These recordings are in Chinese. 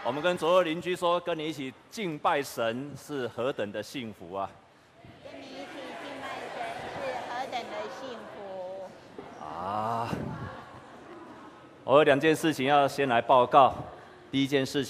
我们跟左右邻居说，跟你一起敬拜神是何等的幸福啊！ 跟你一起敬拜神是何等的幸福啊！我有2件事情要先来报告。第一件事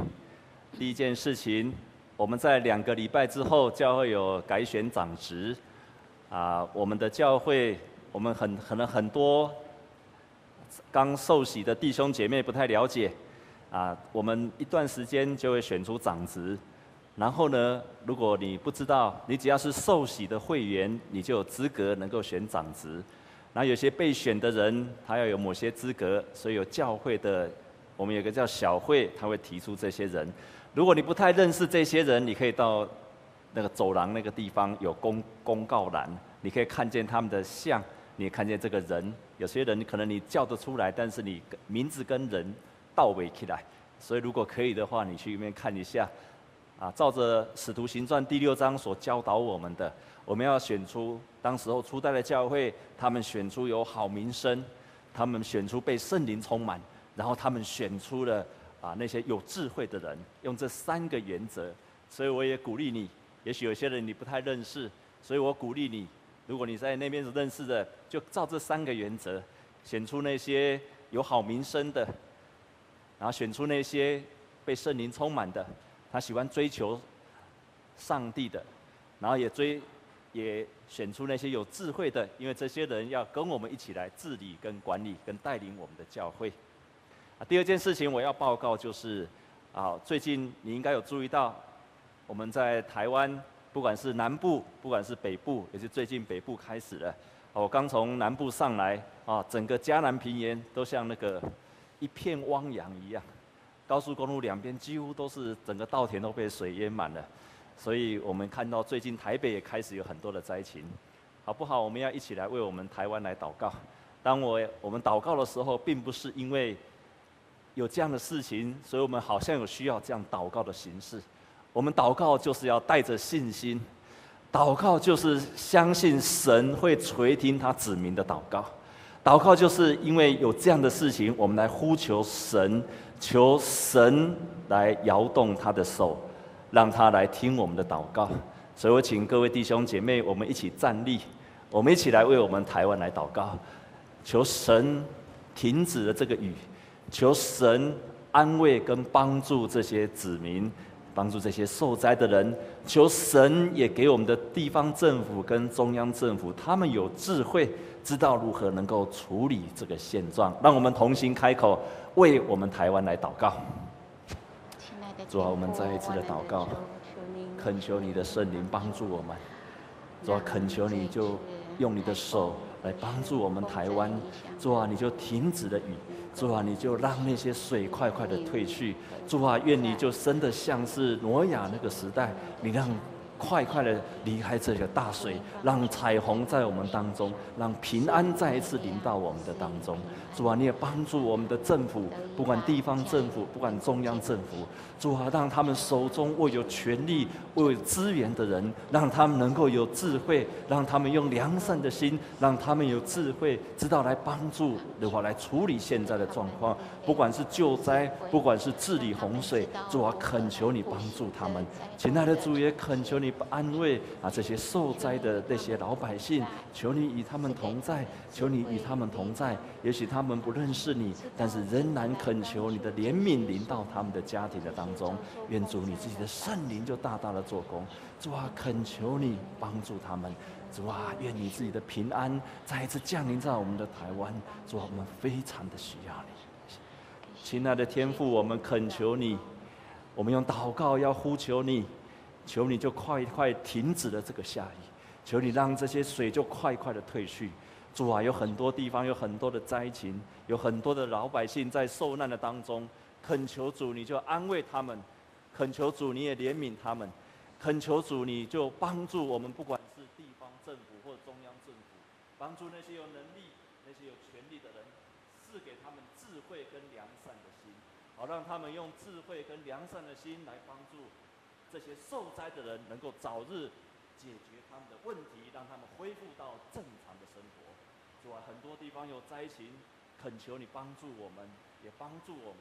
情，我们在2个礼拜之后，教会有改选长职。我们的教会，我们可能很多刚受洗的弟兄姐妹不太了解。我们一段时间就会选出长职，然后呢，如果你不知道，你只要是受洗的会员，你就有资格能够选长职。然后有些被选的人，他要有某些资格，所以有教会的，我们有个叫小会，他会提出这些人。如果你不太认识这些人，你可以到那个走廊那个地方有公告栏，你可以看见他们的像，你也看见这个人。有些人可能你叫得出来，但是你名字跟人倒尾起来，所以如果可以的话，你去那边看一下。照着《使徒行传》第6章所教导我们的，我们要选出当时候初代的教会，他们选出有好名声，他们选出被圣灵充满，然后他们选出了那些有智慧的人，用这3个原则。所以我也鼓励你，也许有些人你不太认识，所以我鼓励你，如果你在那边认识的，就照这3个原则，选出那些有好名声的。然后选出那些被圣灵充满的，他喜欢追求上帝的，然后也选出那些有智慧的，因为这些人要跟我们一起来治理、跟管理、跟带领我们的教会。第2件事情我要报告就是，最近你应该有注意到，我们在台湾，不管是南部，不管是北部，也是最近北部开始了。我刚从南部上来，整个嘉南平原都像那个一片汪洋一样，高速公路2边几乎都是整个稻田都被水淹满了，所以我们看到最近台北也开始有很多的灾情，好不好？我们要一起来为我们台湾来祷告。当我们祷告的时候，并不是因为有这样的事情，所以我们好像有需要这样祷告的形式。我们祷告就是要带着信心，祷告就是相信神会垂听他子民的祷告。祷告就是因为有这样的事情，我们来呼求神，求神来摇动他的手，让他来听我们的祷告。所以我请各位弟兄姐妹，我们一起站立，我们一起来为我们台湾来祷告，求神停止了这个雨，求神安慰跟帮助这些子民，帮助这些受灾的人，求神也给我们的地方政府跟中央政府，他们有智慧，知道如何能够处理这个现状。让我们同心开口，为我们台湾来祷告。主啊，我们再一次的祷告，恳求你的圣灵帮助我们。主啊，恳求你就用你的手来帮助我们台湾。主啊，你就停止了雨。主啊，你就让那些水快快的退去。主啊，愿你就真的像是挪亚那个时代，你让快快的离开这个大水，让彩虹在我们当中，让平安再一次临到我们的当中。主啊，你也帮助我们的政府，不管地方政府，不管中央政府，主啊，让他们手中握有权力、握有资源的人，让他们能够有智慧，让他们用良善的心，让他们有智慧，知道来帮助如何来处理现在的状况，不管是救灾，不管是治理洪水，主啊，恳求你帮助他们。亲爱的主，也恳求你安慰这些受灾的那些老百姓，求你与他们同在，求你与他们同在。也许他们不认识你，但是仍然恳求你的怜悯临到他们的家庭的当中。愿主你自己的圣灵就大大的做工。主啊，恳求你帮助他们。主啊，愿你自己的平安再一次降临在我们的台湾。主啊，我们非常的需要你。亲爱的天父，我们恳求你，我们用祷告要呼求你，求你就快快停止了这个下雨，求你让这些水就快快的退去。主啊，有很多地方有很多的灾情，有很多的老百姓在受难的当中，恳求主你就安慰他们，恳求主你也怜悯他们，恳求主你就帮助我们，不管是地方政府或中央政府，帮助那些有能力、那些有权力的人，赐给他们智慧跟良善的心，好让他们用智慧跟良善的心来帮助这些受灾的人，能够早日解决他们的问题，让他们恢复到正常的生活。主啊，很多地方有灾情，恳求你帮助我们，也帮助我们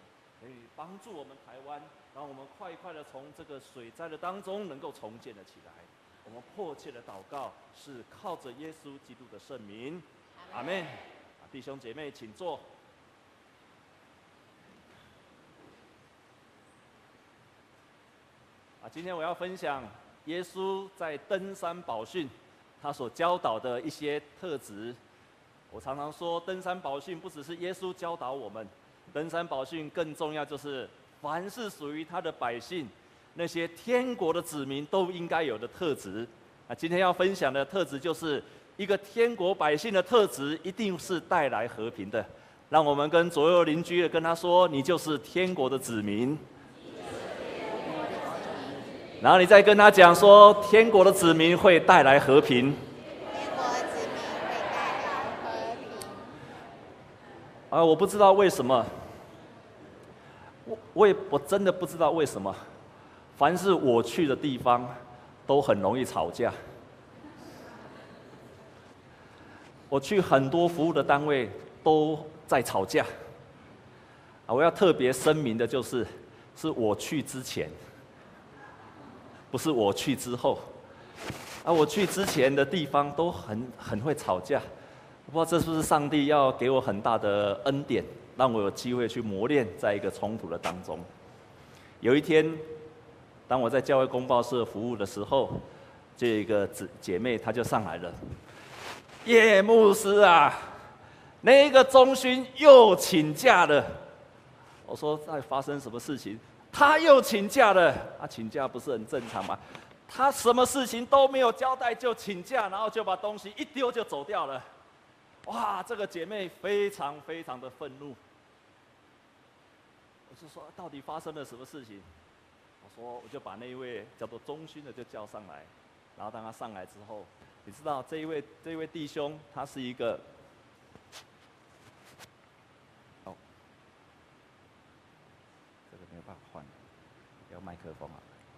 可以帮助我们台湾，让我们快快的从这个水灾的当中能够重建了起来。我们迫切的祷告是靠着耶稣基督的圣名，阿们。弟兄姐妹，请坐。今天我要分享耶稣在登山宝训他所教导的一些特质。我常常说，登山宝训不只是耶稣教导我们，登山宝训更重要就是凡是属于他的百姓，那些天国的子民都应该有的特质。今天要分享的特质就是一个天国百姓的特质，一定是带来和平的。让我们跟左右邻居的跟他说，你就是天国的子民。然后你再跟他讲说，天国的子民会带来和平。 天国子民会带来和平。 我不知道为什么，我真的不知道为什么，凡是我去的地方，都很容易吵架。我去很多服务的单位都在吵架。我要特别声明的就是，是我去之前。不是我去之后，我去之前的地方都很会吵架，不知道这是不是上帝要给我很大的恩典，让我有机会去磨练，在一个冲突的当中。有一天，当我在教会公报社服务的时候，就有一个姐妹她就上来了，叶牧师啊，那个中勋又请假了。我说在发生什么事情？他又请假了，请假不是很正常吗？他什么事情都没有交代就请假，然后就把东西一丢就走掉了。哇，这个姐妹非常非常的愤怒。我就说，到底发生了什么事情？我就把那一位叫做中勋的就叫上来，然后当他上来之后，你知道这一位弟兄，他是一个。没有办法换，要麦克风啊。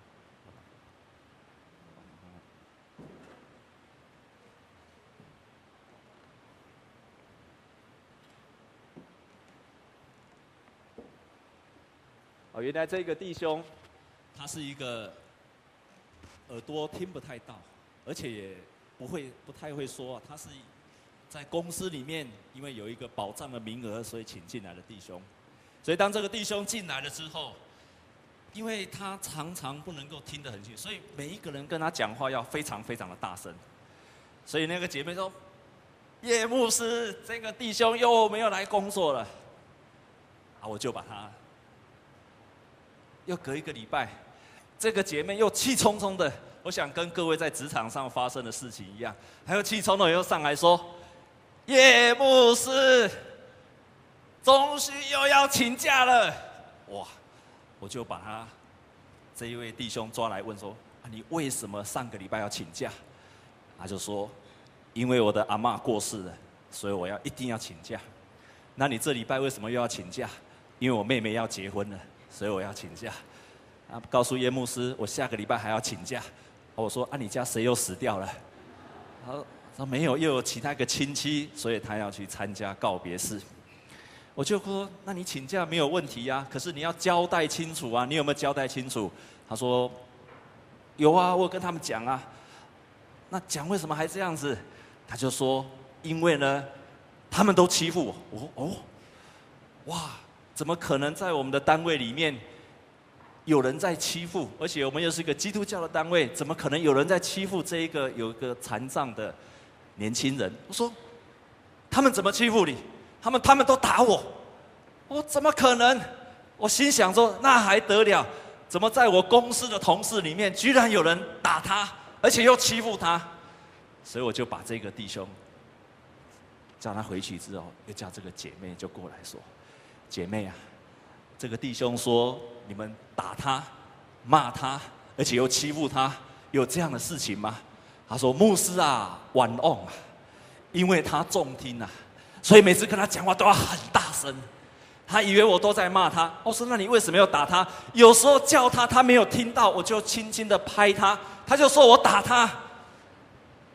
原来这个弟兄，他是一个耳朵听不太到，而且也不太会说。他是在公司里面，因为有一个保障的名额，所以请进来的弟兄。所以当这个弟兄进来了之后，因为他常常不能够听得很清楚，所以每一个人跟他讲话要非常非常的大声。所以那个姐妹说：“叶牧师，这个弟兄又没有来工作了。”我就把他又隔一个礼拜，这个姐妹又气冲冲的，我想跟各位在职场上发生的事情一样，还有气冲冲又上来说：“叶牧师。”终于又要请假了，哇！我就把他这一位弟兄抓来问说：“你为什么上个礼拜要请假？”他就说：“因为我的阿嬷过世了，所以我一定要请假。”那你这礼拜为什么又要请假？因为我妹妹要结婚了，所以我要请假。告诉叶牧师，我下个礼拜还要请假。我说：“你家谁又死掉了？”他说：“没有，又有其他一个亲戚，所以他要去参加告别式。”我就说，那你请假没有问题啊，可是你要交代清楚啊，你有没有交代清楚？他说，有啊，我有跟他们讲啊。那讲为什么还这样子？他就说，因为呢，他们都欺负我。我说哇，怎么可能在我们的单位里面有人在欺负？而且我们又是一个基督教的单位，怎么可能有人在欺负这一个有一个残障的年轻人？我说，他们怎么欺负你？他们都打我，我怎么可能？我心想说，那还得了？怎么在我公司的同事里面，居然有人打他，而且又欺负他？所以我就把这个弟兄叫他回去之后，又叫这个姐妹就过来说：“姐妹啊，这个弟兄说你们打他、骂他，而且又欺负他，有这样的事情吗？”他说：“牧师啊，晚安啊，因为他重听啊。”所以每次跟他讲话都要很大声，他以为我都在骂他。我说：“那你为什么要打他？”有时候叫他，他没有听到，我就轻轻的拍他，他就说我打他。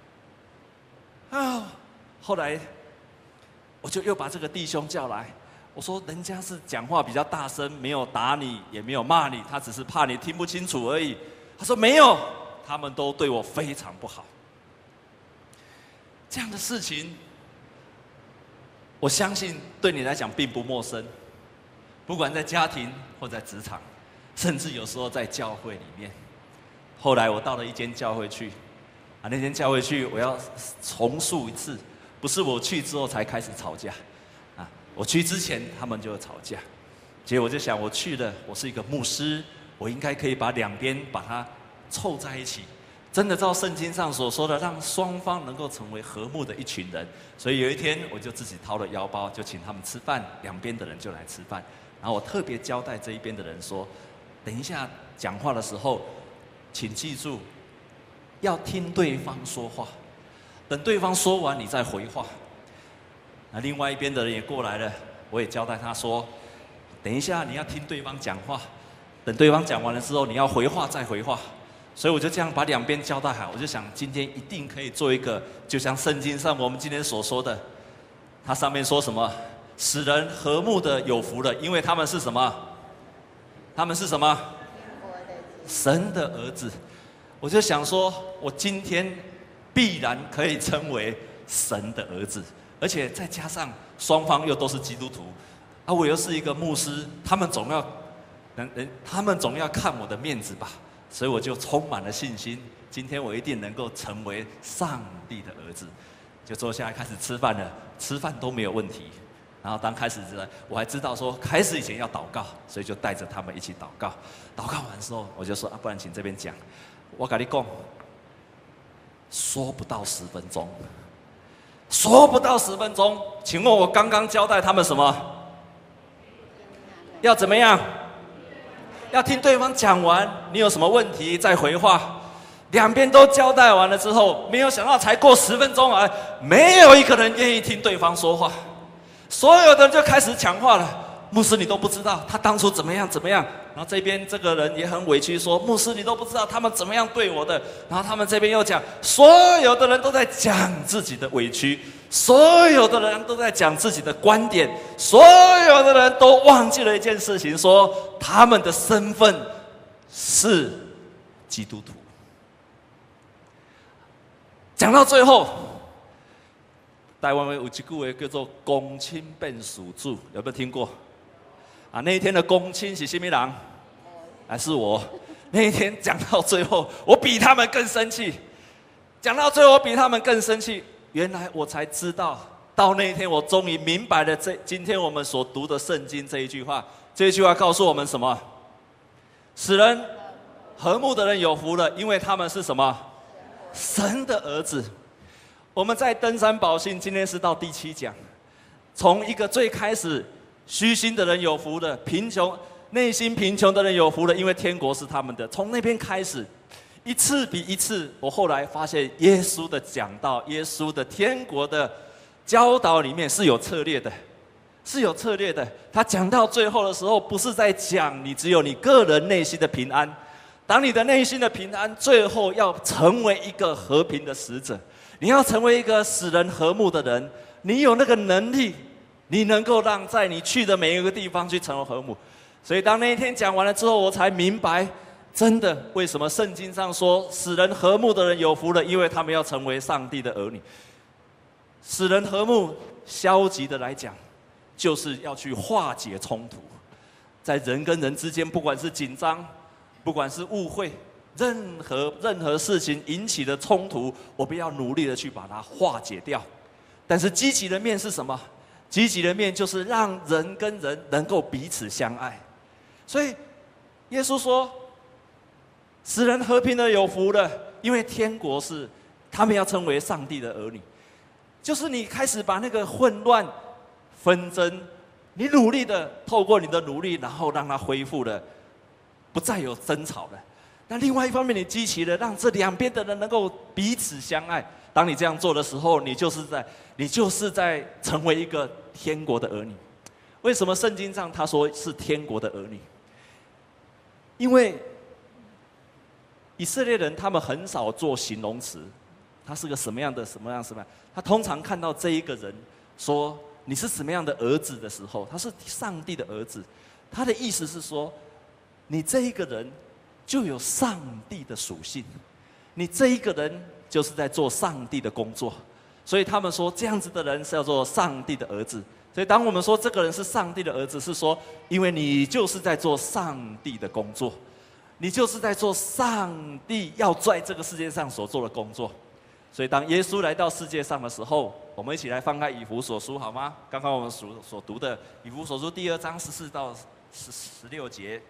后来我就又把这个弟兄叫来， 我说人家是讲话比较大声，没有打你，也没有骂你，他只是怕你听不清楚而已。他说没有，他们都对我非常不好。这样的事情，我相信对你来讲并不陌生，不管在家庭或在职场，甚至有时候在教会里面。后来我到了一间教会去，那间教会去我要重述一次，不是我去之后才开始吵架，我去之前他们就吵架，结果我就想我去了，我是一个牧师，我应该可以把两边把它凑在一起。真的照圣经上所说的，让双方能够成为和睦的一群人。所以有一天，我就自己掏了腰包，就请他们吃饭，两边的人就来吃饭。然后我特别交代这一边的人说：等一下讲话的时候，请记住要听对方说话，等对方说完你再回话。那另外一边的人也过来了，我也交代他说：等一下你要听对方讲话，等对方讲完了之后，你要回话再回话。所以我就这样把两边交代好，我就想今天一定可以做一个，就像圣经上我们今天所说的，它上面说什么？使人和睦的有福了，因为他们是什么？他们是什么？神的儿子。我就想说，我今天必然可以称为神的儿子，而且再加上双方又都是基督徒，我又是一个牧师，他们总要看我的面子吧。所以我就充满了信心，今天我一定能够成为上帝的儿子。就坐下来开始吃饭了，吃饭都没有问题。然后当开始我还知道说开始以前要祷告，所以就带着他们一起祷告。祷告完之后，我就说不然请这边讲。我跟你讲，说不到10分钟，说不到10分钟。请问我刚刚交代他们什么？要怎么样？要听对方讲完，你有什么问题再回话。两边都交代完了之后，没有想到才过10分钟没有一个人愿意听对方说话，所有的人就开始抢话了。牧师，你都不知道他当初怎么样怎么样。然后这边这个人也很委屈说，牧师你都不知道他们怎么样对我的。然后他们这边又讲，所有的人都在讲自己的委屈，所有的人都在讲自己的观点，所有的人都忘记了一件事情，说他们的身份是基督徒。讲到最后，台湾有一句话叫做“公亲变属主”，有没有听过？那一天的公亲是什么人？还是我？那一天讲到最后，我比他们更生气。讲到最后，我比他们更生气。原来我才知道，到那一天我终于明白了今天我们所读的圣经这一句话。这一句话告诉我们什么？使人和睦的人有福了，因为他们是什么？神的儿子。我们在登山宝训今天是到第7讲，从一个最开始虚心的人有福了，内心贫穷的人有福了，因为天国是他们的。从那边开始，一次比一次，我后来发现耶稣的讲道，耶稣的天国的教导里面是有策略的，是有策略的。他讲到最后的时候，不是在讲你只有你个人内心的平安，当你的内心的平安最后要成为一个和平的使者，你要成为一个使人和睦的人，你有那个能力，你能够让在你去的每一个地方去成为和睦。所以当那一天讲完了之后，我才明白，真的为什么圣经上说使人和睦的人有福了，因为他们要成为上帝的儿女。使人和睦，消极的来讲，就是要去化解冲突，在人跟人之间，不管是紧张，不管是误会，任何事情引起的冲突，我们要努力的去把它化解掉。但是积极的面是什么？积极的面就是让人跟人能够彼此相爱。所以耶稣说，使人和平的有福了，因为天国是他们要成为上帝的儿女。就是你开始把那个混乱纷争，你努力的透过你的努力，然后让它恢复了，不再有争吵了。那另外一方面，你激起了让这两边的人能够彼此相爱。当你这样做的时候，你就是在成为一个天国的儿女。为什么圣经上他说是天国的儿女？因为以色列人他们很少做形容词，他是个什么样的。他通常看到这一个人说， 你是什么样的儿子的时候，他是上帝的儿子，他的意思是说，你这一个人就有上帝的属性，你这一个人就是在做上帝的工作，所以他们说这样子的人是叫做上帝的儿子。所以当我们说这个人是上帝的儿子，是说因为你就是在做上帝的工作，你就是在做上帝要在这个世界上所做的工作。所以当耶稣来到世界上的时候，我们一起来翻开以弗所书好吗？刚刚我们所读的以弗所书第2章14到16节。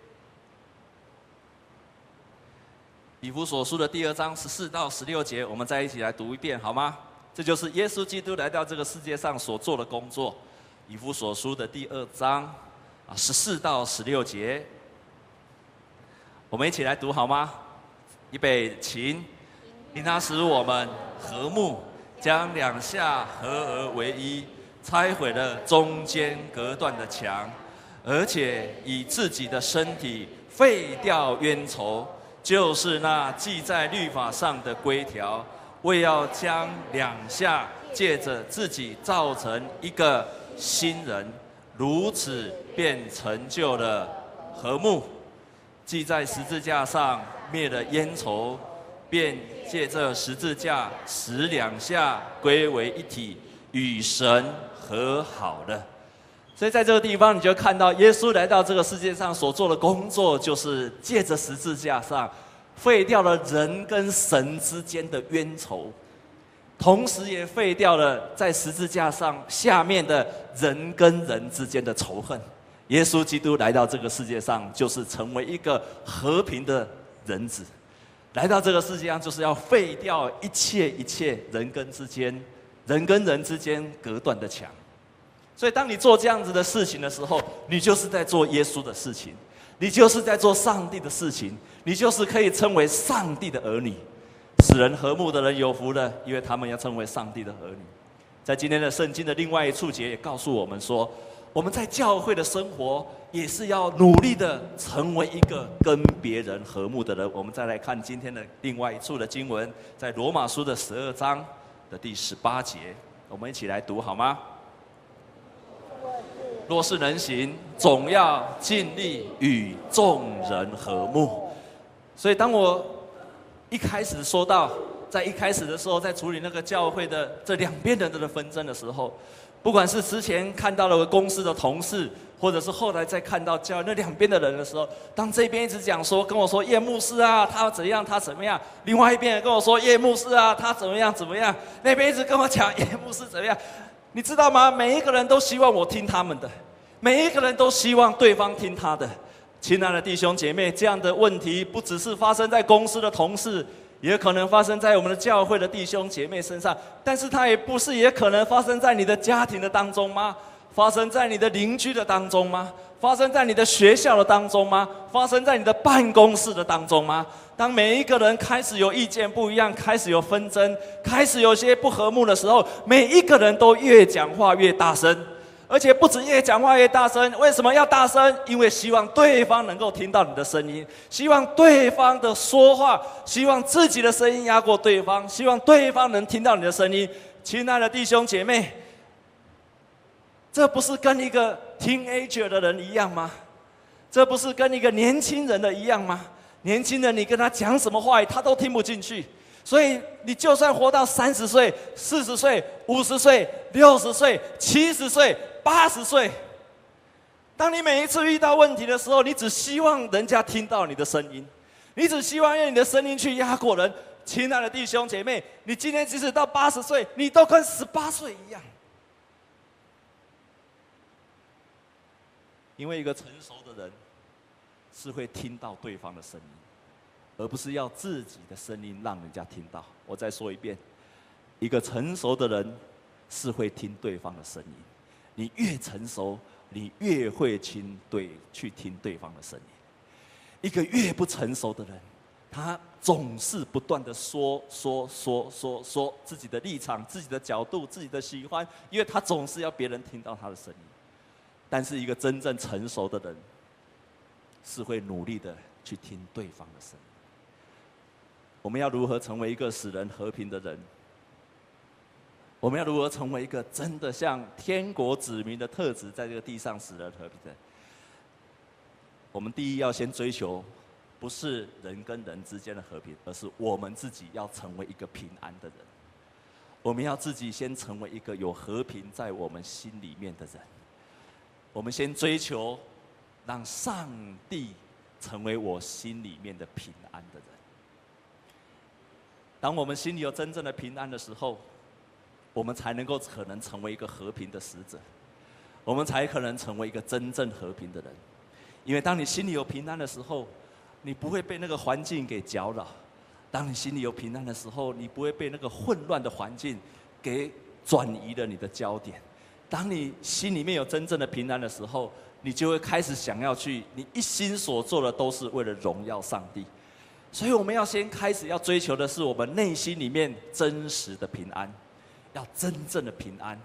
以弗所书的第2章14到16节，我们再一起来读一遍好吗？这就是耶稣基督来到这个世界上所做的工作。以弗所书的第2章14到16节，我们一起来读好吗？预备，请。因他使我们和睦，将两下合而为一，拆毁了中间隔断的墙，而且以自己的身体废掉冤仇，就是那记在律法上的规条，为要将两下借着自己造成一个新人，如此便成就了和睦。记在十字架上灭了冤仇，便借着十字架使两下归为一体，与神和好了。所以在这个地方，你就看到耶稣来到这个世界上所做的工作，就是借着十字架上废掉了人跟神之间的冤仇，同时也废掉了在十字架上下面的人跟人之间的仇恨。耶稣基督来到这个世界上，就是成为一个和平的人子。来到这个世界上，就是要废掉一切人跟人之间隔断的墙。所以，当你做这样子的事情的时候，你就是在做耶稣的事情，你就是在做上帝的事情，你就是可以称为上帝的儿女。使人和睦的人有福了，因为他们要成为上帝的儿女。在今天的圣经的另外一处节也告诉我们说，我们在教会的生活也是要努力的成为一个跟别人和睦的人。我们再来看今天的另外一处的经文，在罗马书的12章的第18节，我们一起来读好吗？若是能行，总要尽力与众人和睦。所以当我一开始说到，在一开始的时候，在处理那个教会的这两边人的纷争的时候，不管是之前看到了公司的同事，或者是后来再看到教会那两边的人的时候，当这边一直讲说跟我说叶牧师啊，他怎样他怎么样，另外一边也跟我说叶牧师啊，他怎么样怎么样，那边一直跟我讲叶牧师怎么样，你知道吗？每一个人都希望我听他们的，每一个人都希望对方听他的。亲爱的弟兄姐妹，这样的问题不只是发生在公司的同事，也可能发生在我们的教会的弟兄姐妹身上，但是它也不是也可能发生在你的家庭的当中吗？发生在你的邻居的当中吗？发生在你的学校的当中吗？发生在你的办公室的当中吗？当每一个人开始有意见不一样，开始有纷争，开始有些不和睦的时候，每一个人都越讲话越大声，而且不止越讲话越大声。为什么要大声？因为希望对方能够听到你的声音，希望对方的说话，希望自己的声音压过对方，希望对方能听到你的声音。亲爱的弟兄姐妹，这不是跟一个 teenager 的人一样吗？这不是跟一个年轻人的一样吗？年轻人你跟他讲什么话语他都听不进去，所以你就算活到30岁、40岁、50岁、60岁、70岁、80岁，当你每一次遇到问题的时候，你只希望人家听到你的声音，你只希望用你的声音去压过人。亲爱的弟兄姐妹，你今天即使到80岁，你都跟18岁一样。因为一个成熟的人是会听到对方的声音，而不是要自己的声音让人家听到。我再说一遍，一个成熟的人是会听对方的声音。你越成熟，你越会去听对方的声音。一个越不成熟的人，他总是不断的说自己的立场、自己的角度、自己的喜欢，因为他总是要别人听到他的声音。但是一个真正成熟的人，是会努力的去听对方的声音。我们要如何成为一个使人和平的人？ 我们要如何成为一个真的像天国子民的特质，在这个地上使人和平的？我们第一要先追求，不是人跟人之间的和平，而是我们自己要成为一个平安的人。我们要自己先成为一个有和平在我们心里面的人。我们先追求让上帝成为我心里面的平安的人。当我们心里有真正的平安的时候，我们才能够可能成为一个和平的使者，我们才可能成为一个真正和平的人。因为当你心里有平安的时候，你不会被那个环境给搅扰；当你心里有平安的时候，你不会被那个混乱的环境给转移了你的焦点。当你心里面有真正的平安的时候，你就会开始想要去，你一心所做的都是为了荣耀上帝。所以我们要先开始要追求的是我们内心里面真实的平安，要真正的平安。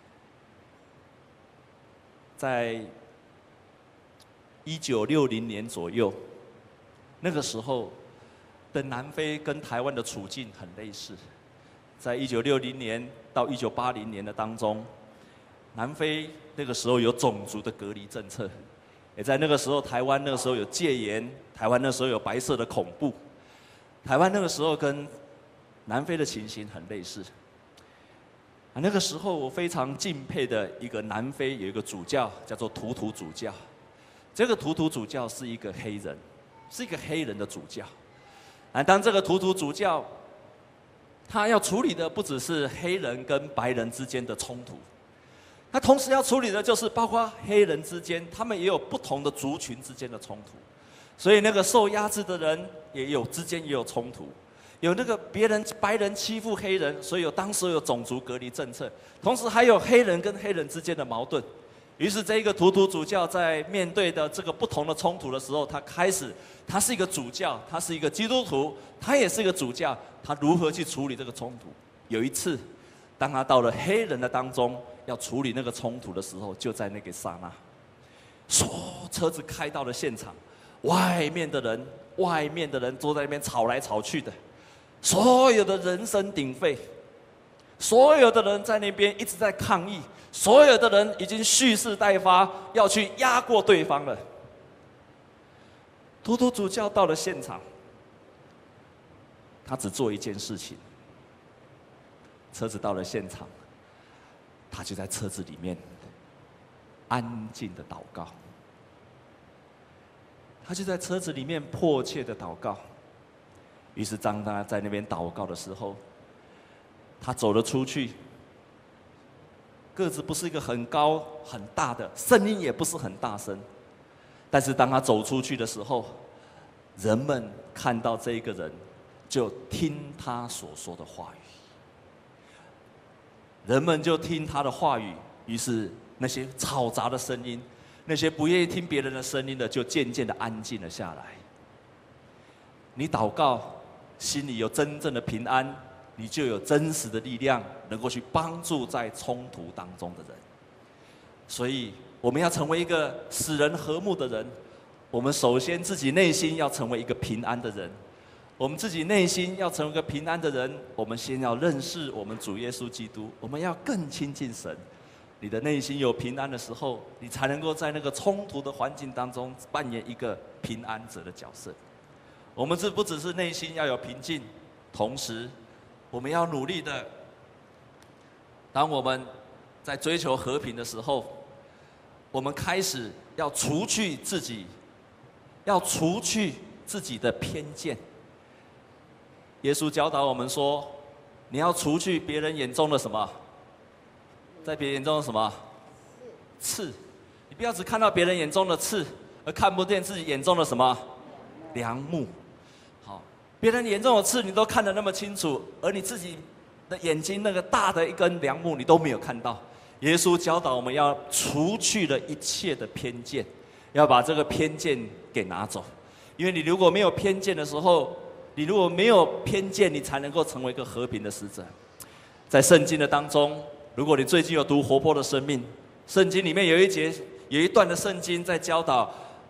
在1960年左右，那个时候的南非跟台湾的处境很类似。在1960年到1980年的当中，南非那个时候有种族的隔离政策，也在那个时候，台湾那个时候有戒严，台湾那时候有白色的恐怖，台湾那个时候跟南非的情形很类似。那个时候我非常敬佩的一个南非有一个主教叫做图图主教，这个图图主教是一个黑人，是一个黑人的主教。当这个图图主教，他要处理的不只是黑人跟白人之间的冲突，他同时要处理的就是包括黑人之间，他们也有不同的族群之间的冲突，所以那个受压制的人之间也有冲突，有那个白人欺负黑人，所以当时有种族隔离政策，同时还有黑人跟黑人之间的矛盾。于是这一个图图主教在面对的这个不同的冲突的时候，他是一个主教，他是一个基督徒，他也是一个主教，他如何去处理这个冲突？有一次，当他到了黑人的当中要处理那个冲突的时候，就在那个刹那，车子开到了现场，外面的人坐在那边吵来吵去的，所有的人声鼎沸，所有的人在那边一直在抗议，所有的人已经蓄势待发，要去压过对方了。图图主教到了现场，他只做一件事情。车子到了现场，他就在车子里面安静的祷告。他就在车子里面迫切的祷告。于是当他在那边祷告的时候，他走了出去，个子不是一个很高很大的，声音也不是很大声，但是当他走出去的时候，人们看到这一个人，就听他所说的话语，人们就听他的话语，于是那些嘈杂的声音，那些不愿意听别人的声音的，就渐渐的安静了下来。你祷告，心里有真正的平安，你就有真实的力量，能够去帮助在冲突当中的人。所以，我们要成为一个使人和睦的人，我们首先自己内心要成为一个平安的人。我们自己内心要成为一个平安的人，我们先要认识我们主耶稣基督，我们要更亲近神。你的内心有平安的时候，你才能够在那个冲突的环境当中扮演一个平安者的角色。我们不只是内心要有平静，同时我们要努力的，当我们在追求和平的时候，我们开始要除去自己的偏见。耶稣教导我们说，你要除去别人眼中的什么？在别人眼中的什么？刺。你不要只看到别人眼中的刺，而看不见自己眼中的什么？梁木。好，别人眼中的刺你都看得那么清楚，而你自己的眼睛那个大的一根梁木你都没有看到。耶稣教导我们要除去了一切的偏见，要把这个偏见给拿走。因为你如果没有偏见的时候，你如果没有偏见，你才能够成为一个和平的使者。在圣经的当中，如果你最近有读活泼的生命，圣经里面有一段的圣经在教导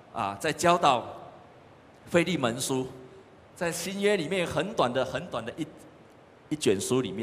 腓利门书，在新约里面很短的一卷书里面，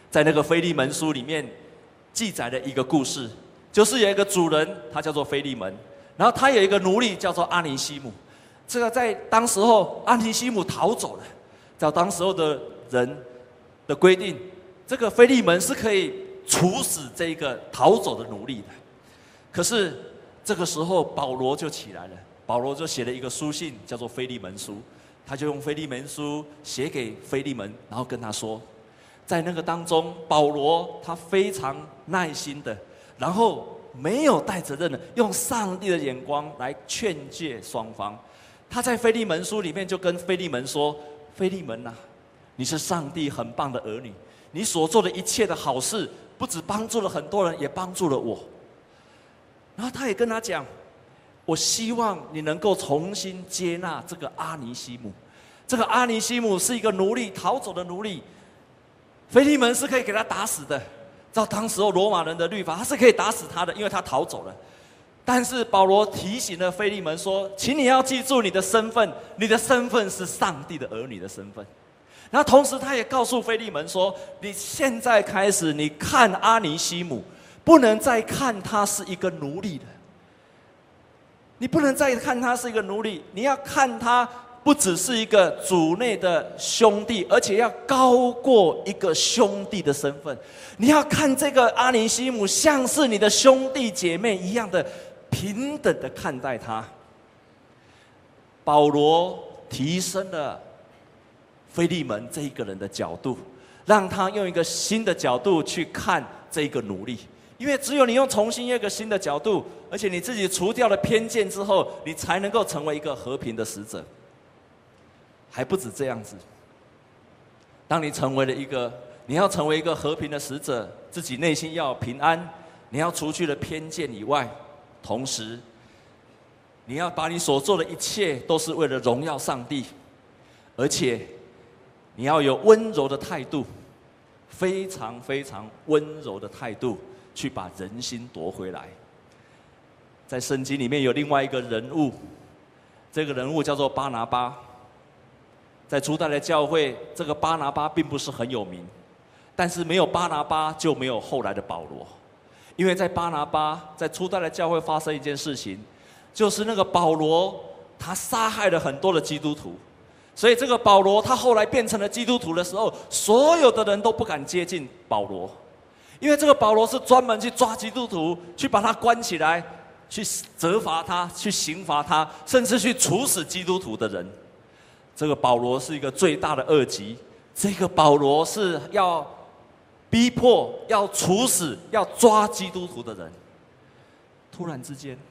在那个腓利门书里面记载了一个故事，就是有一个主人，他叫做腓利门，然后他有一个奴隶叫做阿尼西姆。这个在当时候，阿尼西姆逃走了，在当时候的人的规定，这个腓利门是可以处死这个逃走的奴隶的。可是这个时候保罗就起来了，保罗就写了一个书信，叫做腓利门书。他就用腓利门书写给腓利门，然后跟他说，在那个当中，保罗他非常耐心的，然后没有带责任的，用上帝的眼光来劝诫双方。他在腓利门书里面就跟腓利门说：“腓利门啊，你是上帝很棒的儿女，你所做的一切的好事，不只帮助了很多人，也帮助了我。”然后他也跟他讲，我希望你能够重新接纳这个阿尼西姆。这个阿尼西姆是一个奴隶，逃走的奴隶。腓利门是可以给他打死的，照当时候罗马人的律法，他是可以打死他的，因为他逃走了。但是保罗提醒了腓利门说：“请你要记住你的身份，你的身份是上帝的儿女的身份。”然后同时他也告诉腓利门说：“你现在开始，你看阿尼西姆，不能再看他是一个奴隶了。你不能再看他是一个奴隶，你要看他不只是一个主内的兄弟，而且要高过一个兄弟的身份。你要看这个阿尼西姆像是你的兄弟姐妹一样的平等的看待他。”保罗提升了腓利门这一个人的角度，让他用一个新的角度去看这个奴隶。因为只有你用重新一个新的角度，而且你自己除掉了偏见之后，你才能够成为一个和平的使者。还不止这样子，当你成为了你要成为一个和平的使者，自己内心要有平安，你要除去了偏见以外，同时你要把你所做的一切都是为了荣耀上帝，而且你要有温柔的态度，非常非常温柔的态度去把人心夺回来。在圣经里面有另外一个人物，这个人物叫做巴拿巴。在初代的教会，这个巴拿巴并不是很有名，但是没有巴拿巴就没有后来的保罗。因为在巴拿巴在初代的教会发生一件事情，就是那个保罗他杀害了很多的基督徒，所以这个保罗他后来变成了基督徒的时候，所有的人都不敢接近保罗，因为这个保罗是专门去抓基督徒，去把他关起来，去责罚他，去刑罚他，甚至去处死基督徒的人。这个保罗是一个最大的恶极，这个保罗是要逼迫、要处死、要抓基督徒的人。突然之间，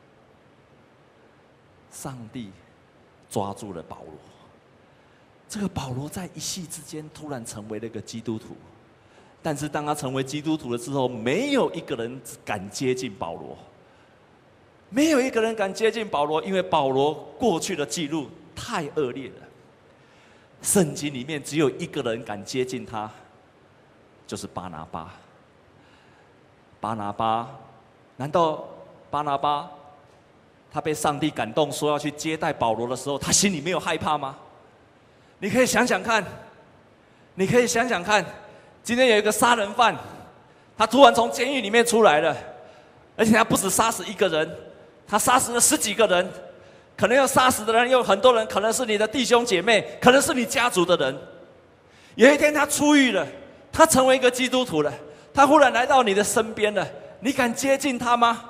上帝抓住了保罗。这个保罗在一夕之间突然成为了一个基督徒，但是当他成为基督徒了之后，没有一个人敢接近保罗，没有一个人敢接近保罗，因为保罗过去的记录太恶劣了。圣经里面只有一个人敢接近他，就是巴拿巴。巴拿巴，难道巴拿巴他被上帝感动说要去接待保罗的时候，他心里没有害怕吗？你可以想想看，你可以想想看，今天有一个杀人犯，他突然从监狱里面出来了，而且他不止杀死一个人，他杀死了10几个人。可能要杀死的人有很多人，可能是你的弟兄姐妹，可能是你家族的人。有一天他出狱了，他成为一个基督徒了，他忽然来到你的身边了，你敢接近他吗？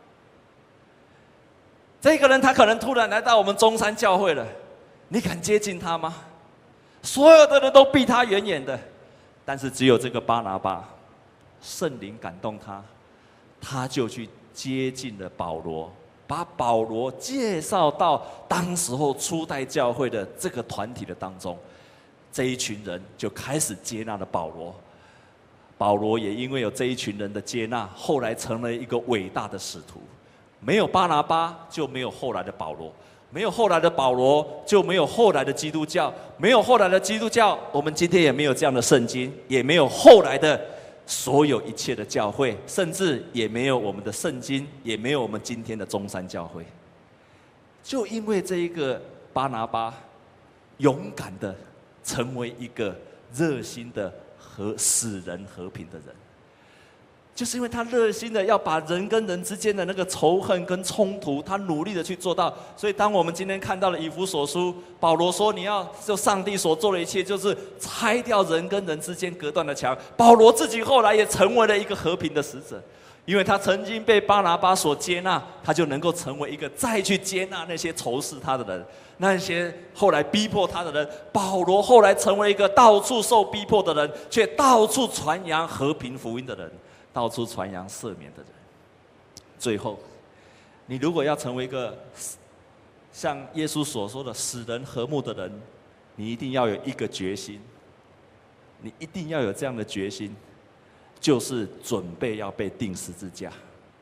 这个人他可能突然来到我们中山教会了，你敢接近他吗？所有的人都避他远远的，但是只有这个巴拿巴，圣灵感动他，他就去接近了保罗，把保罗介绍到当时候初代教会的这个团体的当中，这一群人就开始接纳了保罗。保罗也因为有这一群人的接纳，后来成了一个伟大的使徒。没有巴拿巴，就没有后来的保罗；没有后来的保罗，就没有后来的基督教；没有后来的基督教，我们今天也没有这样的圣经，也没有后来的所有一切的教会，甚至也没有我们的圣经，也没有我们今天的中山教会。就因为这一个巴拿巴勇敢的成为一个热心的使人和平的人。就是因为他热心的要把人跟人之间的那个仇恨跟冲突，他努力的去做到。所以当我们今天看到了以弗所书，保罗说你要就上帝所做的一切，就是拆掉人跟人之间隔断的墙。保罗自己后来也成为了一个和平的使者，因为他曾经被巴拿巴所接纳，他就能够成为一个再去接纳那些仇视他的人，那些后来逼迫他的人。保罗后来成为一个到处受逼迫的人，却到处传扬和平福音的人，到处传扬赦免的人。最后，你如果要成为一个像耶稣所说的使人和睦的人，你一定要有一个决心，你一定要有这样的决心，就是准备要被钉十字架。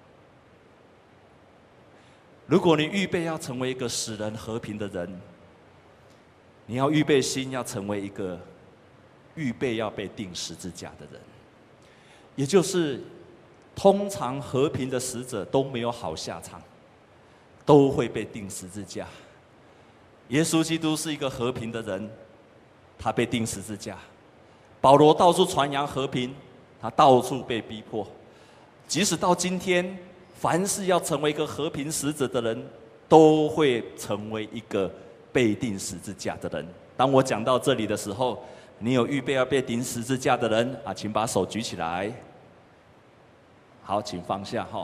如果你预备要成为一个使人和平的人，你要预备心，要成为一个预备要被钉十字架的人。也就是通常和平的使者都没有好下场，都会被钉十字架。耶稣基督是一个和平的人，他被钉十字架。保罗到处传扬和平，他到处被逼迫。即使到今天，凡是要成为一个和平使者的人，都会成为一个被钉十字架的人。当我讲到这里的时候，你有预备要被钉十字架的人啊，请把手举起来。好，请放下哈。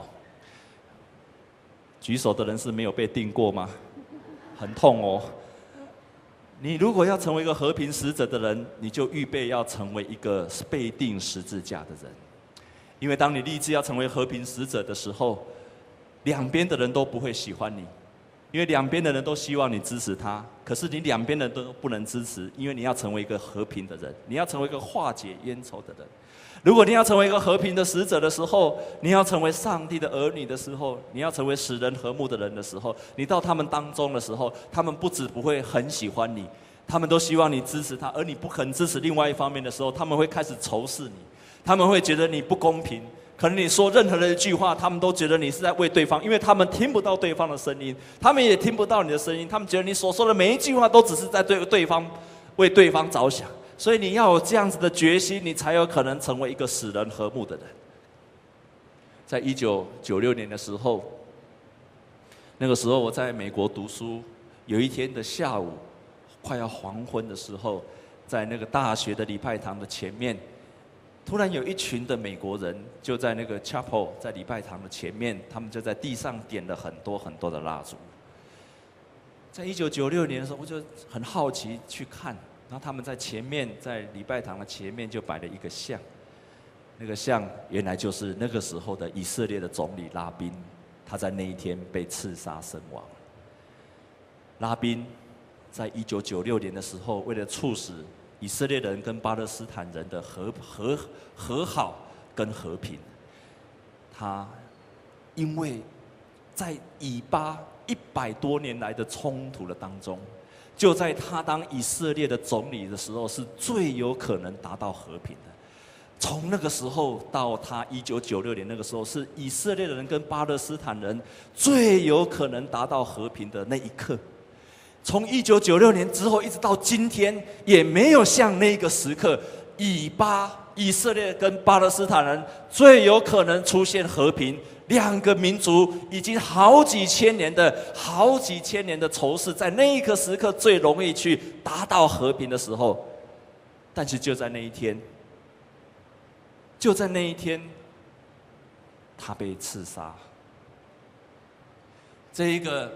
举手的人是没有被钉过吗？很痛哦。你如果要成为一个和平使者的人，你就预备要成为一个被钉十字架的人。因为当你立志要成为和平使者的时候，两边的人都不会喜欢你，因为两边的人都希望你支持他，可是你两边的人都不能支持，因为你要成为一个和平的人，你要成为一个化解冤仇的人。如果你要成为一个和平的使者的时候，你要成为上帝的儿女的时候，你要成为使人和睦的人的时候，你到他们当中的时候，他们不只不会很喜欢你，他们都希望你支持他，而你不肯支持另外一方面的时候，他们会开始仇视你，他们会觉得你不公平。可能你说任何的一句话，他们都觉得你是在为对方，因为他们听不到对方的声音，他们也听不到你的声音，他们觉得你所说的每一句话都只是在为对方着想。所以你要有这样子的决心，你才有可能成为一个使人和睦的人。在1996年的时候，那个时候我在美国读书，有一天的下午，快要黄昏的时候，在那个大学的礼拜堂的前面，突然有一群的美国人就在那个 chapel， 在礼拜堂的前面，他们就在地上点了很多很多的蜡烛。在1996年的时候，我就很好奇去看。然后他们在前面，在礼拜堂的前面就摆了一个像，那个像原来就是那个时候的以色列的总理拉宾，他在那一天被刺杀身亡。拉宾在1996年的时候，为了促使以色列人跟巴勒斯坦人的和好跟和平，他因为在以巴100多年来的冲突的当中，就在他当以色列的总理的时候，是最有可能达到和平的。从那个时候到他1996年那个时候，是以色列人跟巴勒斯坦人最有可能达到和平的那一刻。从1996年之后一直到今天，也没有像那个时刻，以色列跟巴勒斯坦人最有可能出现和平。两个民族已经好几千年的仇视，在那一个时刻最容易去达到和平的时候，但是就在那一天，他被刺杀。这一个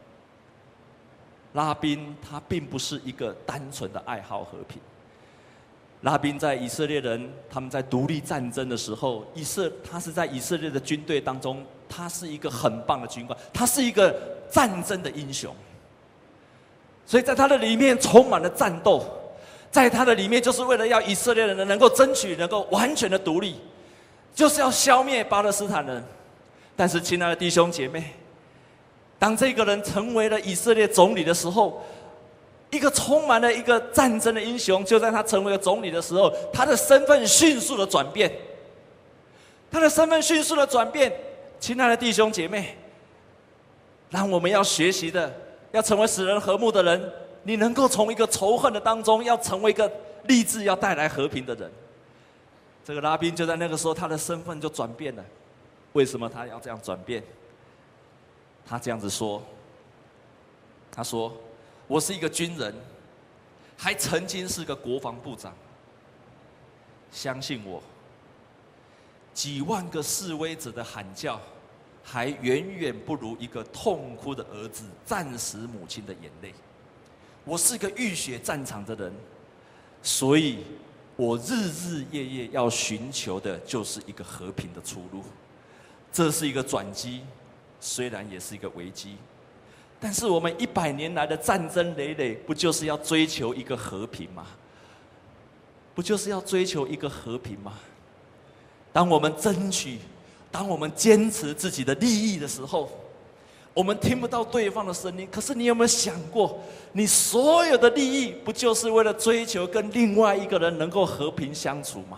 拉宾，他并不是一个单纯的爱好和平。拉宾在以色列人他们在独立战争的时候，他是在以色列的军队当中，他是一个很棒的军官，他是一个战争的英雄。所以在他的里面充满了战斗，在他的里面就是为了要以色列人能够争取能够完全的独立，就是要消灭巴勒斯坦人。但是亲爱的弟兄姐妹，当这个人成为了以色列总理的时候，一个充满了一个战争的英雄，就在他成为了总理的时候，他的身份迅速的转变。亲爱的弟兄姐妹，让我们要学习的，要成为使人和睦的人，你能够从一个仇恨的当中，要成为一个立志要带来和平的人。 这个拉宾就在那个时候，他的身份就转变了。为什么他要这样转变？他这样子说：“他说，我是一个军人，还曾经是个国防部长。相信我，几万个示威者的喊叫，还远远不如一个痛哭的儿子战死母亲的眼泪。我是个浴血战场的人，所以我日日夜夜要寻求的就是一个和平的出路。这是一个转机，虽然也是一个危机，但是我们100年来的战争累累，不就是要追求一个和平吗？不就是要追求一个和平吗？当我们争取，当我们坚持自己的利益的时候，我们听不到对方的声音。可是你有没有想过，你所有的利益，不就是为了追求跟另外一个人能够和平相处吗？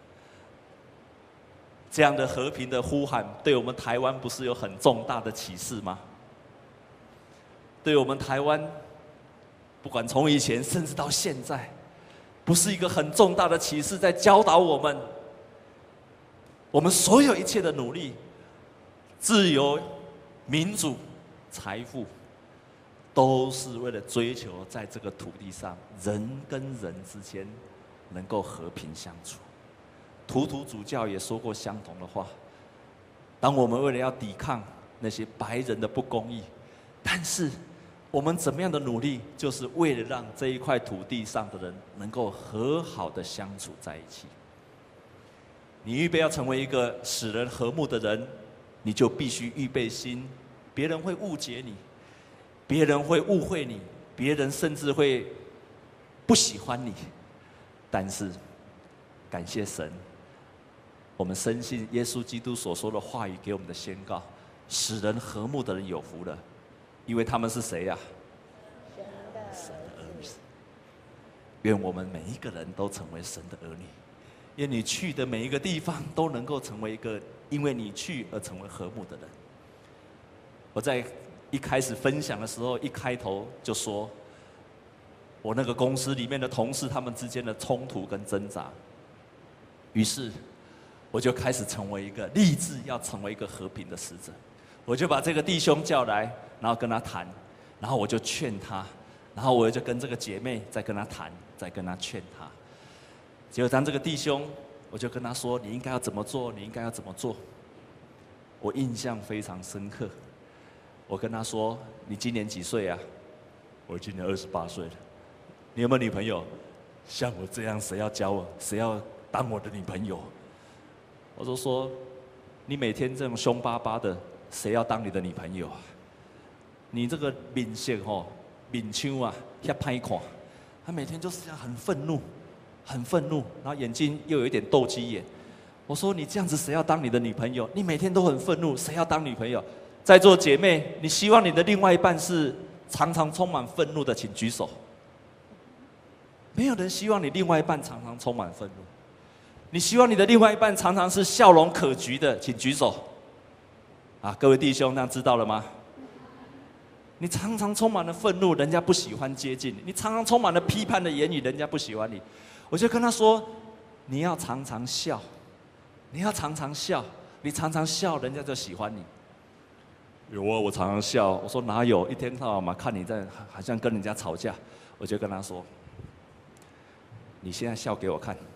这样的和平的呼喊，对我们台湾不是有很重大的启示吗？对我们台湾，不管从以前甚至到现在，不是一个很重大的启示，在教导我们，我们所有一切的努力，自由、民主、财富，都是为了追求在这个土地上，人跟人之间能够和平相处。图图主教也说过相同的话：当我们为了要抵抗那些白人的不公义，但是我们怎么样的努力，就是为了让这一块土地上的人能够和好的相处在一起。你预备要成为一个使人和睦的人，你就必须预备心，别人会误解你，别人会误会你，别人甚至会不喜欢你。但是感谢神，我们深信耶稣基督所说的话语给我们的宣告：使人和睦的人有福了，因为他们是谁呀？神的儿女。愿我们每一个人都成为神的儿女，愿你去的每一个地方都能够成为一个因为你去而成为和睦的人。我在一开始分享的时候，一开头就说，我那个公司里面的同事他们之间的冲突跟挣扎，于是我就开始成为一个立志要成为一个和平的使者。我就把这个弟兄叫来，然后跟他谈，然后我就劝他，然后我就跟这个姐妹再跟他谈，再跟他劝他。结果当这个弟兄，我就跟他说：“你应该要怎么做？你应该要怎么做？”我印象非常深刻。我跟他说：“你今年几岁啊？”我今年28岁了。你有没有女朋友？像我这样，谁要教我？谁要当我的女朋友？我就说：“你每天这种凶巴巴的，谁要当你的女朋友啊？你这个面色吼，面腔啊，遐歹看。他每天就是这样很愤怒，很愤怒，然后眼睛又有一点斗鸡眼。我说你这样子，谁要当你的女朋友？你每天都很愤怒，谁要当女朋友？在座姐妹，你希望你的另外一半是常常充满愤怒的，请举手。没有人希望你另外一半常常充满愤怒。你希望你的另外一半常常是笑容可掬的，请举手。啊，各位弟兄，那知道了吗？你常常充满了愤怒，人家不喜欢接近你；你常常充满了批判的言语，人家不喜欢你。我就跟他说：“你要常常笑，你要常常笑，你常常笑，人家就喜欢你。”有啊，我常常笑。我说哪有？一天到晚嘛，看你在好像跟人家吵架。我就跟他说：“你现在笑给我看。”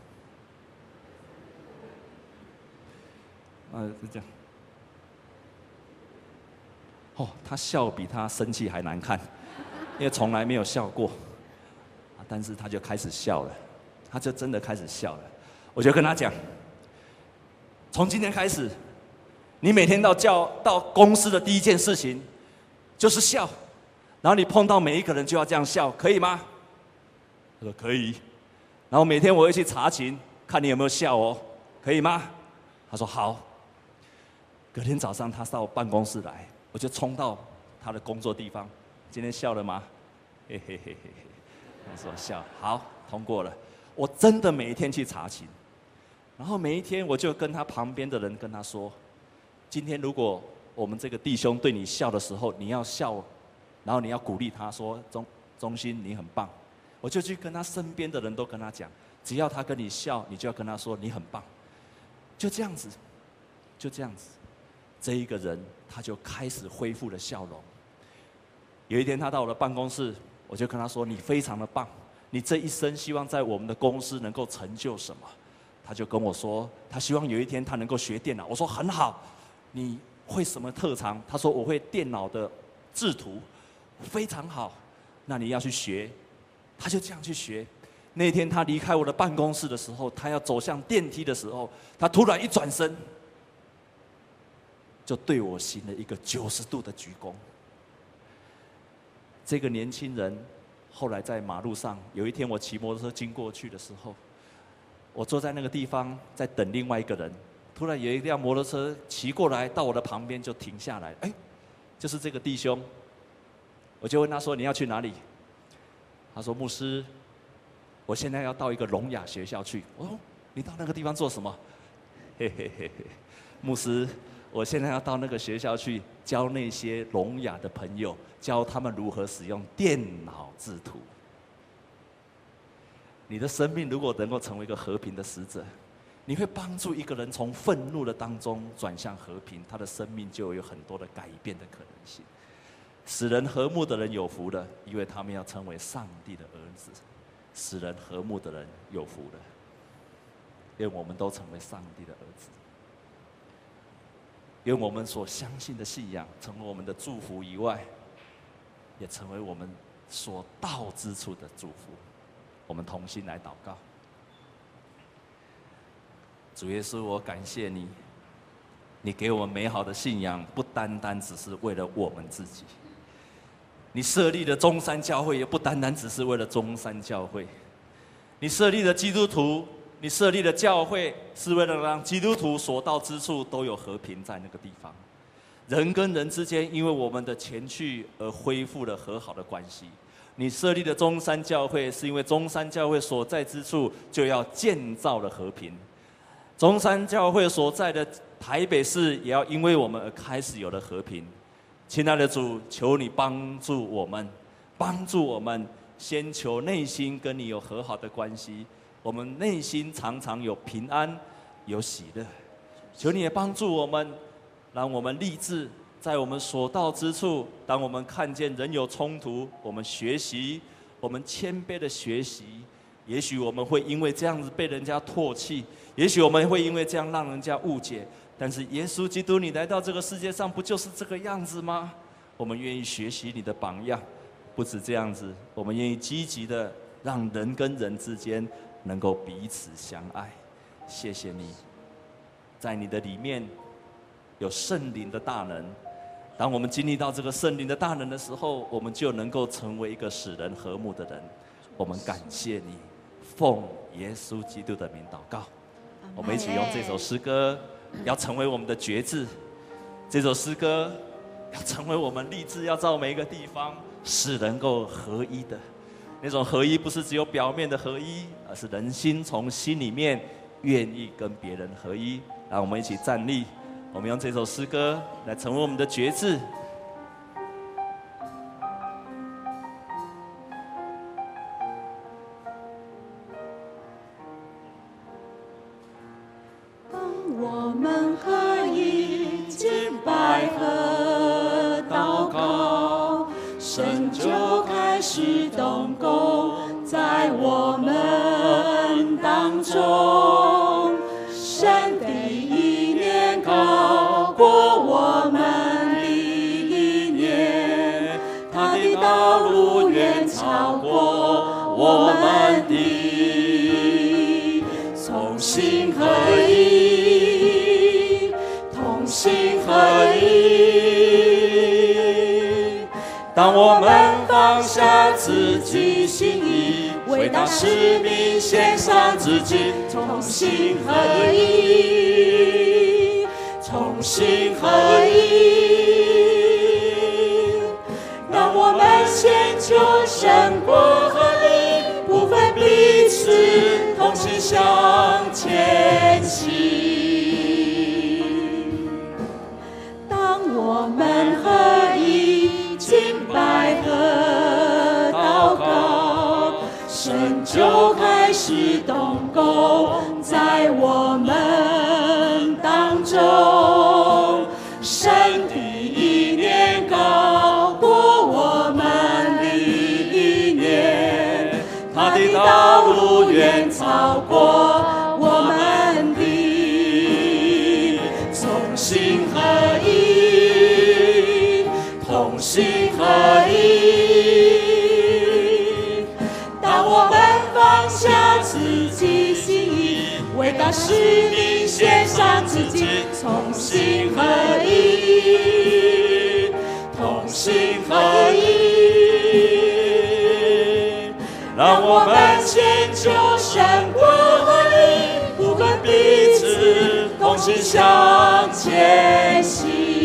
是这样。哦，他笑比他生气还难看，因为从来没有笑过。但是他就开始笑了，他就真的开始笑了。我就跟他讲，从今天开始，你每天到公司的第一件事情就是笑，然后你碰到每一个人就要这样笑，可以吗？他说可以。然后每天我会去查勤，看你有没有笑哦，可以吗？他说好。隔天早上他到办公室来，我就冲到他的工作地方。今天笑了吗？嘿嘿嘿嘿嘿。他说笑，好，通过了。我真的每一天去查勤，然后每一天我就跟他旁边的人跟他说：今天如果我们这个弟兄对你笑的时候，你要笑，然后你要鼓励他说：忠心，你很棒。我就去跟他身边的人都跟他讲，只要他跟你笑，你就要跟他说你很棒。 就这样子，就这样子，这一个人他就开始恢复了笑容。有一天他到我的办公室，我就跟他说：“你非常的棒，你这一生希望在我们的公司能够成就什么？”他就跟我说，他希望有一天他能够学电脑。我说很好，你会什么特长？他说我会电脑的制图，非常好。那你要去学，他就这样去学。那天他离开我的办公室的时候，他要走向电梯的时候，他突然一转身，就对我行了一个90度的鞠躬。这个年轻人后来在马路上，有一天我骑摩托车经过去的时候，我坐在那个地方在等另外一个人，突然有一辆摩托车骑过来，到我的旁边就停下来，哎，就是这个弟兄。我就问他说：“你要去哪里？”他说：“牧师，我现在要到一个聋哑学校去。”我说：“你到那个地方做什么？”嘿嘿嘿嘿，牧师，我现在要到那个学校去教那些聋哑的朋友，教他们如何使用电脑制图。你的生命如果能够成为一个和平的使者，你会帮助一个人从愤怒的当中转向和平，他的生命就有很多的改变的可能性。使人和睦的人有福了，因为他们要成为上帝的儿子。使人和睦的人有福了，愿我们都成为上帝的儿子。愿我们所相信的信仰成为我们的祝福以外，也成为我们所到之处的祝福。我们同心来祷告。主耶稣，我感谢你，你给我们美好的信仰，不单单只是为了我们自己。你设立的中山教会，也不单单只是为了中山教会。你设立的基督徒，你设立的教会，是为了让基督徒所到之处都有和平在那个地方。人跟人之间，因为我们的前去而恢复了和好的关系。你设立的中山教会，是因为中山教会所在之处就要建造了和平。中山教会所在的台北市，也要因为我们而开始有了和平。亲爱的主，求你帮助我们，帮助我们，先求内心跟你有和好的关系，我们内心常常有平安，有喜乐。求你也帮助我们，让我们立志，在我们所到之处，当我们看见人有冲突，我们学习，我们谦卑的学习。也许我们会因为这样子被人家唾弃，也许我们会因为这样让人家误解。但是耶稣基督，你来到这个世界上，不就是这个样子吗？我们愿意学习你的榜样，不止这样子，我们愿意积极的让人跟人之间能够彼此相爱。谢谢你，在你的里面有圣灵的大能。当我们经历到这个圣灵的大能的时候，我们就能够成为一个使人和睦的人。我们感谢你，奉耶稣基督的名祷告。我们一起用这首诗歌，要成为我们的决志。这首诗歌要成为我们立志要在每一个地方使能够合一的那种合一，不是只有表面的合一，而是人心从心里面愿意跟别人合一。让我们一起站立，我们用这首诗歌来成为我们的决志。 我们合一敬拜和祷告，神就开始动工在我们当中。神的意念高过我们的意念，他的道路远超过我们的同心合一，同心合一。当我们放下自己心意，为大使命献上自己，同心合一，同心合一。让我们先求胜过合一，不分彼此，同心向前行。当我们合一敬拜和祷告，神就开始动工在我们他的道路远超过我们的同心合一，同心合一。当我们放下自己心意，为大使命献上自己，同心合一，同心合一。让我们迁就神国合一，不分彼此，同心向前行。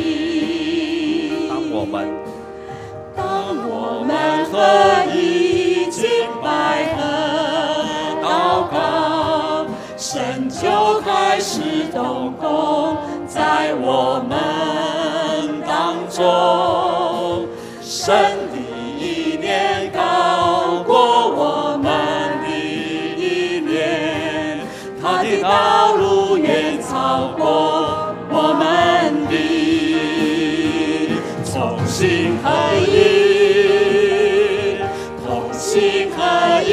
当我们合一敬拜和祷告，神就开始动工在我们当中。神的意念高过我们的意念，他的道路远超过我们的同心合一，同心合一。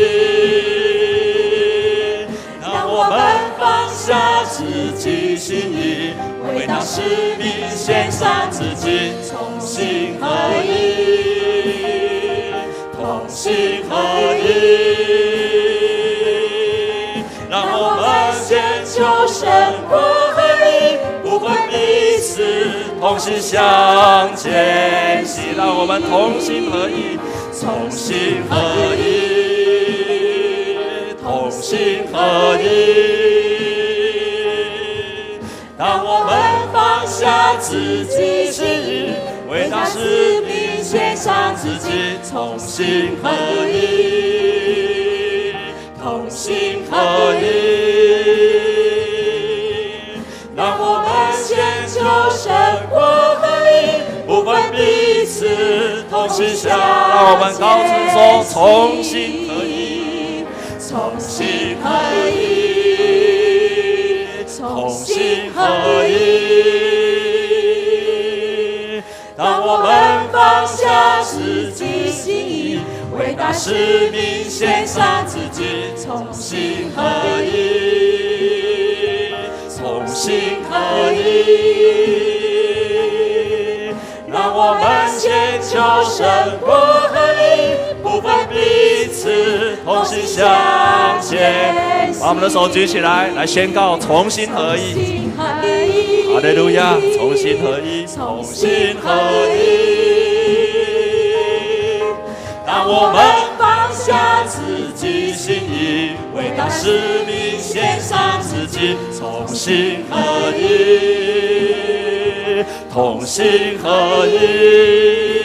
让我们放下自己心意，为大使命献上自己，同心合一，同心合一。让我们先求神国合一，不分彼此，同心向前行。让我们同心合一，同心合一，同心合一。当我们放下自己心意，为大使命献上自己，同心合一，同心合一。让我们先求神国合一，不分彼此，同心向前。让我们高声说：同心合一，同心合一，同心合一。当我们放下自己心意，为大使命献上自己，同心合一，同心合一。让我们先求神国合一，不分彼此，同心向前。把我们的手举起来，来宣告同心合一。哈利路亚！同心合一，同心合一。当我们放下自己心意，为大使命献上自己，同心合一，同心合一。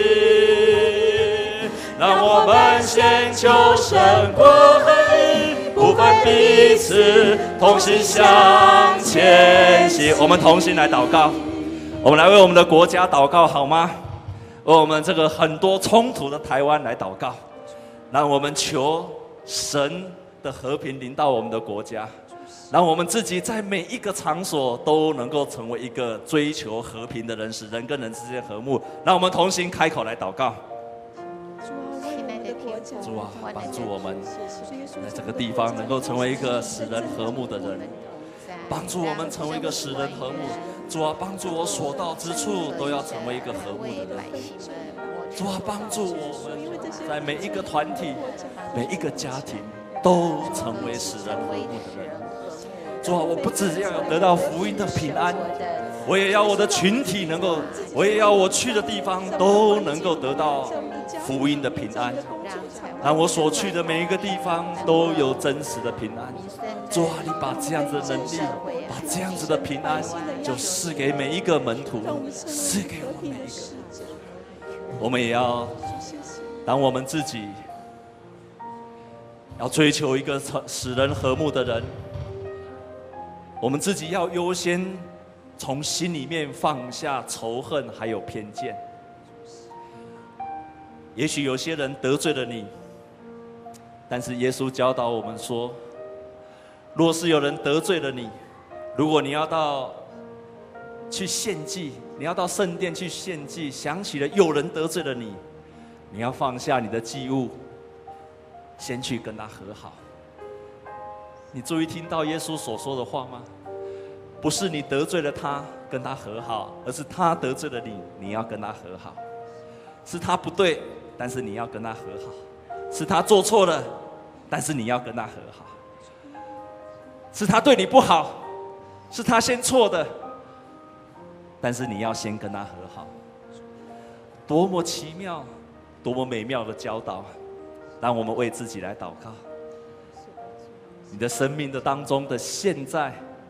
让我们先求神国合一，不分彼此，同心向前行。我们同心来祷告，我们来为我们的国家祷告好吗？为我们这个很多冲突的台湾来祷告，让我们求神的和平临到我们的国家，让我们自己在每一个场所都能够成为一个追求和平的人，使人跟人之间和睦。让我们同心开口来祷告。主啊，帮助我们在这个地方能够成为一个使人和睦的人，帮助我们成为一个使人和睦。主啊，帮助我所到之处都要成为一个和睦的人。主啊，帮助我们在每一个团体、每一个家庭都成为使人和睦的人。主啊，我不只要得到福音的平安，我也要我的群体能够，我也要我去的地方都能够得到福音的平安，让我所去的每一个地方都有真实的平安。主啊，你把这样子的能力，把这样子的平安，就赐给每一个门徒，赐给我们每一个。我们也要，当我们自己要追求一个使人和睦的人，我们自己要优先从心里面放下仇恨还有偏见。也许有些人得罪了你，但是耶稣教导我们说，若是有人得罪了你，如果你要去献祭，你要到圣殿去献祭，想起了有人得罪了你，你要放下你的祭物， 先去跟他和好。你注意听到耶稣所说的话吗？不是你得罪了他跟他和好，而是他得罪了你，你要跟他和好。是他不对，但是你要跟他和好；是他做错了，但是你要跟他和好；是他对你不好，是他先错的，但是你要先跟他和好。多么奇妙，多么美妙的教导！让我们为自己来祷告。你的生命的当中的现在，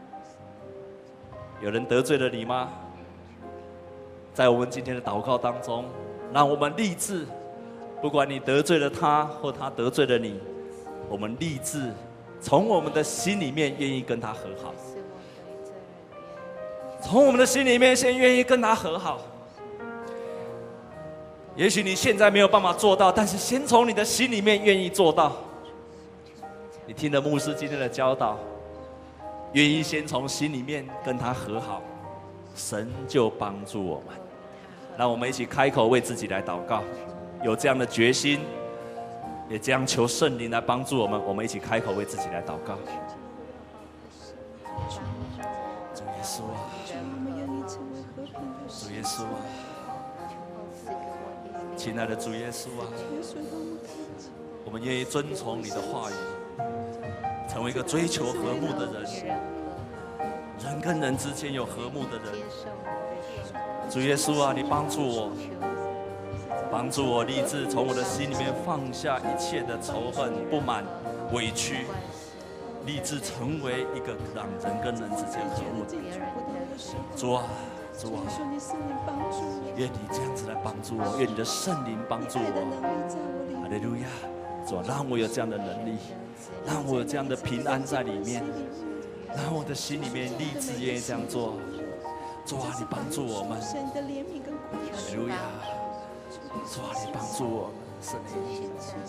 有人得罪了你吗？在我们今天的祷告当中，让我们立志，不管你得罪了他，或他得罪了你，我们立志从我们的心里面愿意跟他和好，从我们的心里面先愿意跟他和好。也许你现在没有办法做到，但是先从你的心里面愿意做到。你听了牧师今天的教导，愿意先从心里面跟他和好，神就帮助我们。让我们一起开口为自己来祷告，有这样的决心，也这样求圣灵来帮助我们。我们一起开口为自己来祷告。主耶稣啊，主耶稣啊，亲爱的主耶稣啊，我们愿意遵从你的话语，成为一个追求和睦的人，人跟人之间有和睦的人。主耶稣啊，你帮助我，帮助我立志从我的心里面放下一切的仇恨、不满、委屈，立志成为一个让人跟人之间和睦的人。主啊，主啊，愿你这样子来帮助我，愿你的圣灵帮助我。哈利路亚！主啊，让我有这样的能力，让我有这样的平安在里面，让我的心里面立志愿意这样做。主啊，你帮助我们。哈利路亚！主啊，你帮助我们，圣灵。